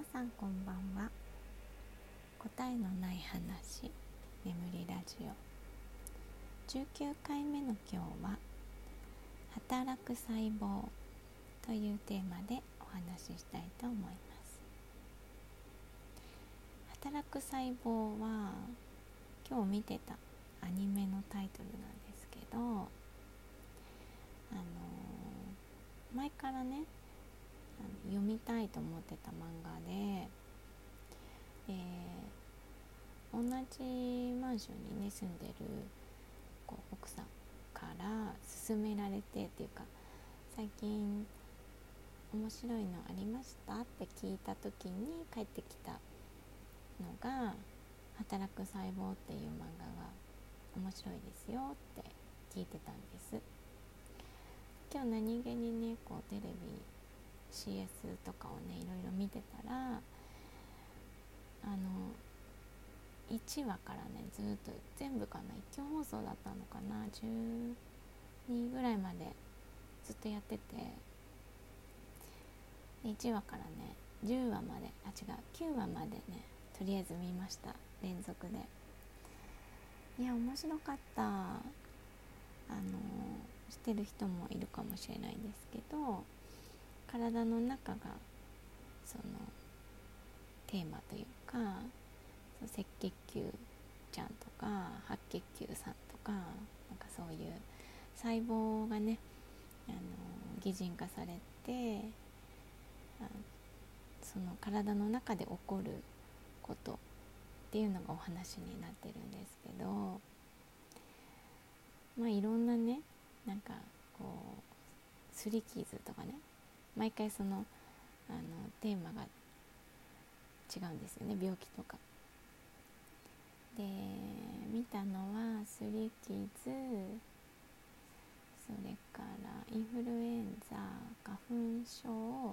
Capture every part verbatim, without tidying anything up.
皆さんこんばんは。答えのない話、眠りラジオじゅうきゅうかいめの今日は働く細胞というテーマでお話ししたいと思います。働く細胞は今日見てたアニメのタイトルなんですけど、あのー、前からね読みたいと思ってた漫画で、えー、同じマンションにね住んでるこう奥さんから勧められてっていうか、最近面白いのありましたって聞いた時に帰ってきたのが働く細胞っていう漫画が面白いですよって聞いてたんです。今日何気にねこうテレビ シーエス とかをねいろいろ見てたら、あのいちわからねずっと全部かな一挙放送だったのかな、じゅうにぐらいまでずっとやってて、いちわからねじゅうわまで、あ違うきゅうわまでねとりあえず見ました、連続で。いや面白かった。あの知ってる人もいるかもしれないんですけど、体の中がそのテーマというか、赤血球ちゃんとか白血球さんとか、なんかそういう細胞がねあの擬人化されて、あその体の中で起こることっていうのがお話になってるんですけど、まあいろんなねなんかこう擦り傷とかね、毎回そのあのテーマが違うんですよね、病気とかで。見たのは擦り傷、それからインフルエンザ、花粉症、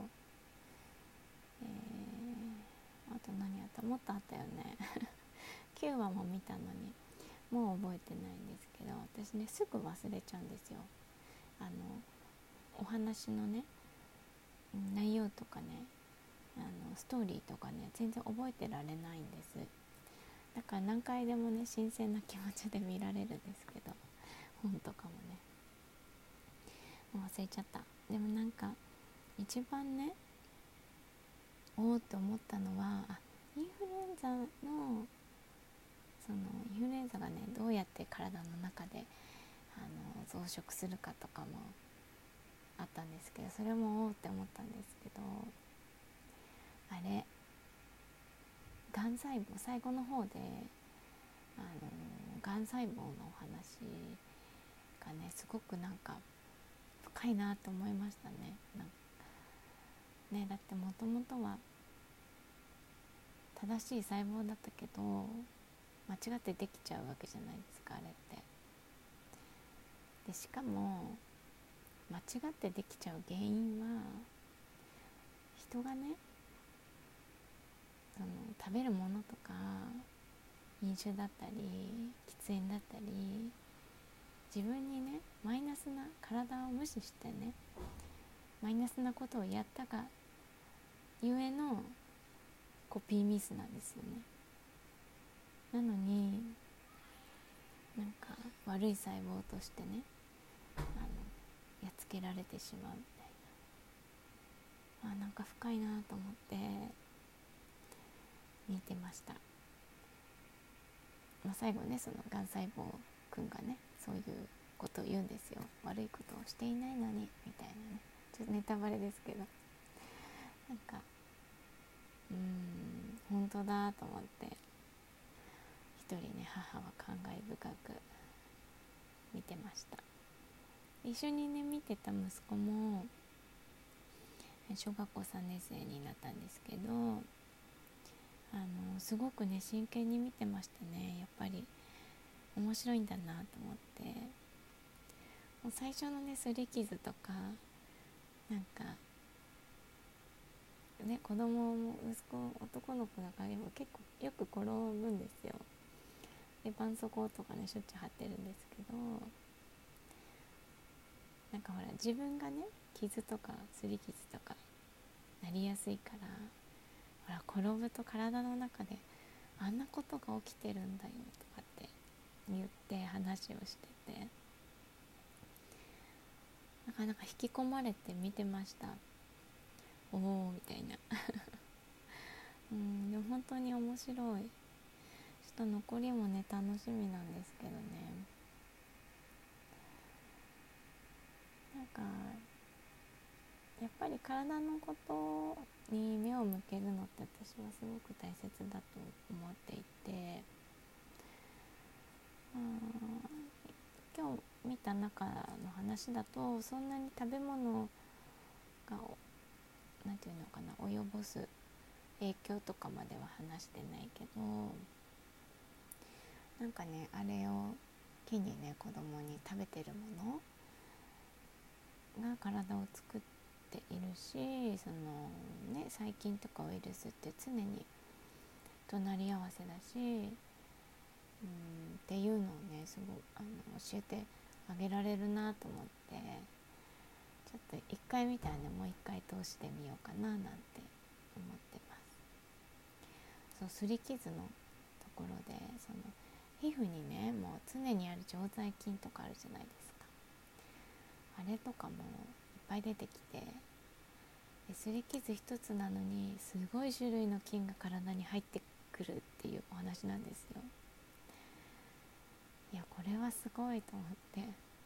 えー、あと何あった、もっとあったよねきゅうわも見たのにもう覚えてないんですけど、私ねすぐ忘れちゃうんですよ。あのお話のね内容とかね、あのストーリーとかね全然覚えてられないんです。だから何回でもね新鮮な気持ちで見られるんですけど、本とかもねもう忘れちゃった。でもなんか一番ねおおって思ったのは、あインフルエンザのそのインフルエンザがねどうやって体の中であの増殖するかとかもあったんですけど、それもおおって思ったんですけど、あれがん細胞最後の方であのがん細胞のお話がねすごくなんか深いなと思いましたね。なんかねだってもともとは正しい細胞だったけど間違ってできちゃうわけじゃないですか、あれって。でしかも間違ってできちゃう原因は人がねその食べるものとか飲酒だったり喫煙だったり、自分にねマイナスな体を無視してねマイナスなことをやったがゆえのコピーミスなんですよね。なのになんか悪い細胞としてねあのやっつけられてしまうみたいな、あなんか深いなと思って見てました。まあ、最後ねそのがん細胞くんがねそういうことを言うんですよ。悪いことをしていないのにみたいなね、ちょっとネタバレですけど、なんかうーん本当だと思って、一人ね母は感慨深く見てました。一緒にね見てた息子も小学校さんねん生になったんですけど、あのすごくね真剣に見てましたね。やっぱり面白いんだなと思って、もう最初のね擦り傷とかなんかね子供も息子男の子だから結構よく転ぶんですよ。で絆創膏とかねしょっちゅう貼ってるんですけど、なんかほら自分がね傷とか擦り傷とかなりやすいから、 から転ぶと体の中であんなことが起きてるんだよとかって言って話をしてて、なかなか引き込まれて見てました。おおみたいなうんでも本当に面白い。ちょっと残りもね楽しみなんですけどね。なんかやっぱり体のことに目を向けるのって私はすごく大切だと思っていて、今日見た中の話だとそんなに食べ物がなんていうのかな及ぼす影響とかまでは話してないけど、なんかねあれを機にね子供に食べてるものが体を作っているし、そのね細菌とかウイルスって常に隣り合わせだし、うんっていうのをねすごいあの教えてあげられるなと思って、ちょっと一回見たらねもう一回通してみようかななんて思ってます。そう、擦り傷のところでその皮膚にねもう常にある常在菌とかあるじゃないですか。あれとかもいっぱい出てきて、擦り傷一つなのにすごい種類の菌が体に入ってくるっていうお話なんですよ。いやこれはすごいと思って、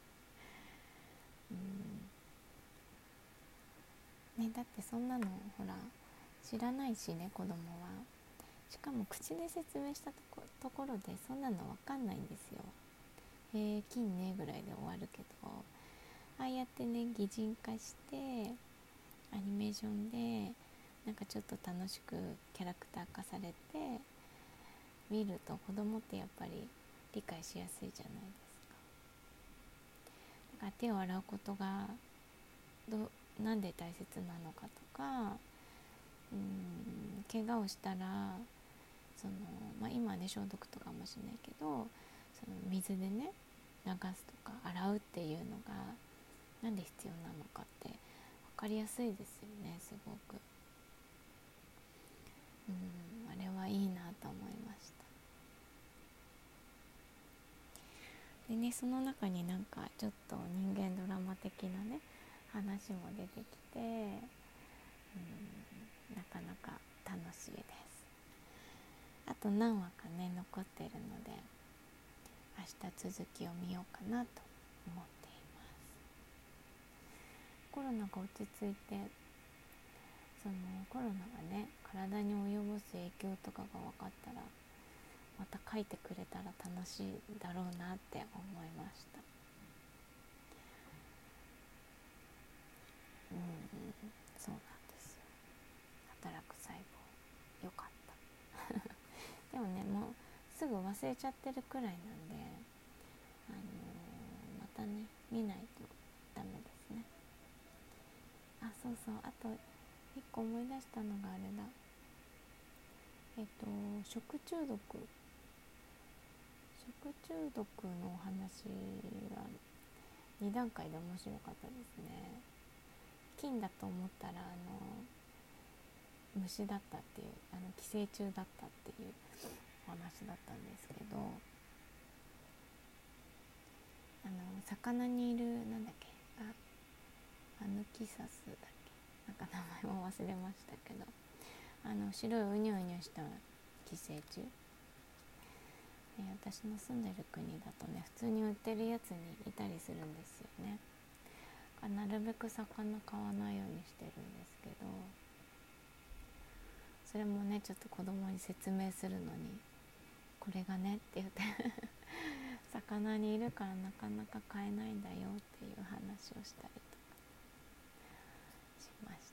うんね、だってそんなのほら知らないしね子供は。しかも口で説明したと こ, ところでそんなの分かんないんですよ。えー、菌ねぐらいで終わるけど、ああやってね擬人化してアニメーションでなんかちょっと楽しくキャラクター化されて見ると子供ってやっぱり理解しやすいじゃないですか。だから手を洗うことがどなんで大切なのかとか、うーん怪我をしたらその、まあ、今ね消毒とかもしないけどその水でね流すとか洗うっていうのがなんで必要なのかって分かりやすいですよねすごく。うんあれはいいなと思いました。でねその中になんかちょっと人間ドラマ的なね話も出てきて、うんなかなか楽しいです。あと何話かね残ってるので明日続きを見ようかなと思っています。コロナが落ち着いてそのコロナがね体に及ぼす影響とかが分かったらまた書いてくれたら楽しいだろうなって思いました。うんそうなんですよ。働く細胞よかったでもねもうすぐ忘れちゃってるくらいなんで、あのー、またね見ないとダメですね。あそうそうあと一個思い出したのがあれだえっと食中毒食中毒のお話はにだんかいで面白かったですね。菌だと思ったらあの虫だったっていうあの寄生虫だったっていうお話だったんですけど、あの魚にいるなんだっけあアヌキサスだっけなんか名前も忘れましたけど、あの白いうにゅうにゅした寄生虫、え私の住んでる国だとね普通に売ってるやつにいたりするんですよね。なるべく魚買わないようにしてるんですけど、それもねちょっと子供に説明するのにこれがねって言って魚にいるからなかなか買えないんだよっていう話をしたりとかしました。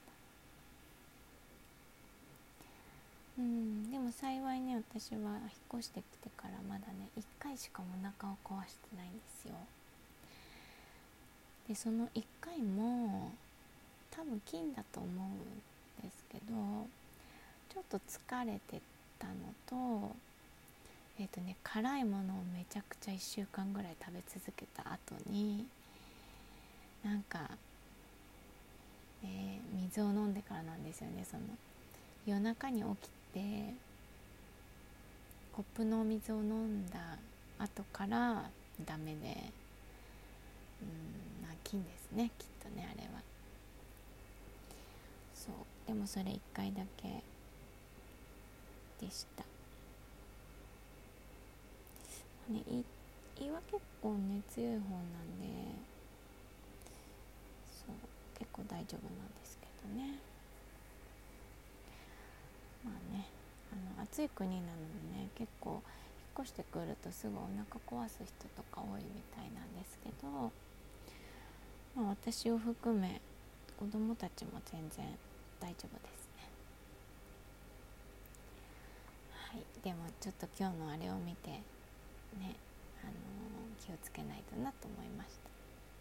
うんでも幸いね私は引っ越してきてからまだねいっかいしかお腹を壊してないんですよ。でそのいっかいも多分菌だと思うんですけどちょっと疲れてたのとえっとね辛いものをめちゃくちゃいっしゅうかんぐらい食べ続けた後になんか、えー、水を飲んでからなんですよね。その夜中に起きてコップのお水を飲んだ後からダメで、うん、まあ菌ですね、きっとね、あれは。そうでもそれいっかいだけでした。ね、胃胃は結構ね強い方なんで、そう結構大丈夫なんですけどね。まあね、あの暑い国なのでね、結構引っ越してくるとすぐお腹壊す人とか多いみたいなんですけど、まあ、私を含め子供たちも全然大丈夫ですね。はい、でもちょっと今日のあれを見てね、あのー、気をつけないとなと思いました。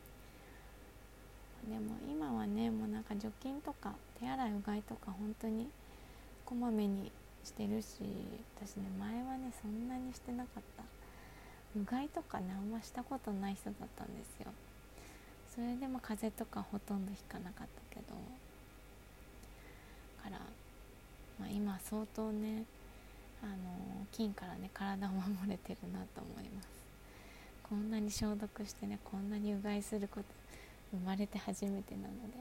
でも今はね、もうなんか除菌とか手洗いうがいとか本当にこまめにしてるし、私ね前はねそんなにしてなかった。うがいとかねあんましたことない人だったんですよ。それでも風邪とかほとんどひかなかったけど、から、まあ、今相当ね、あの菌からね体を守れてるなと思います。こんなに消毒してね、こんなにうがいすること生まれて初めてなので、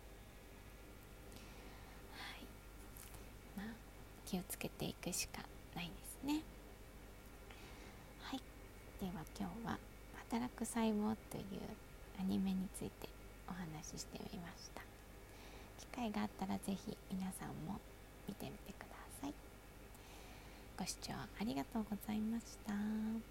はい、まあ気をつけていくしかないですね。はい、では今日は働く細胞というアニメについてお話ししてみました。機会があったらぜひ皆さんも見てみてください。ご視聴ありがとうございました。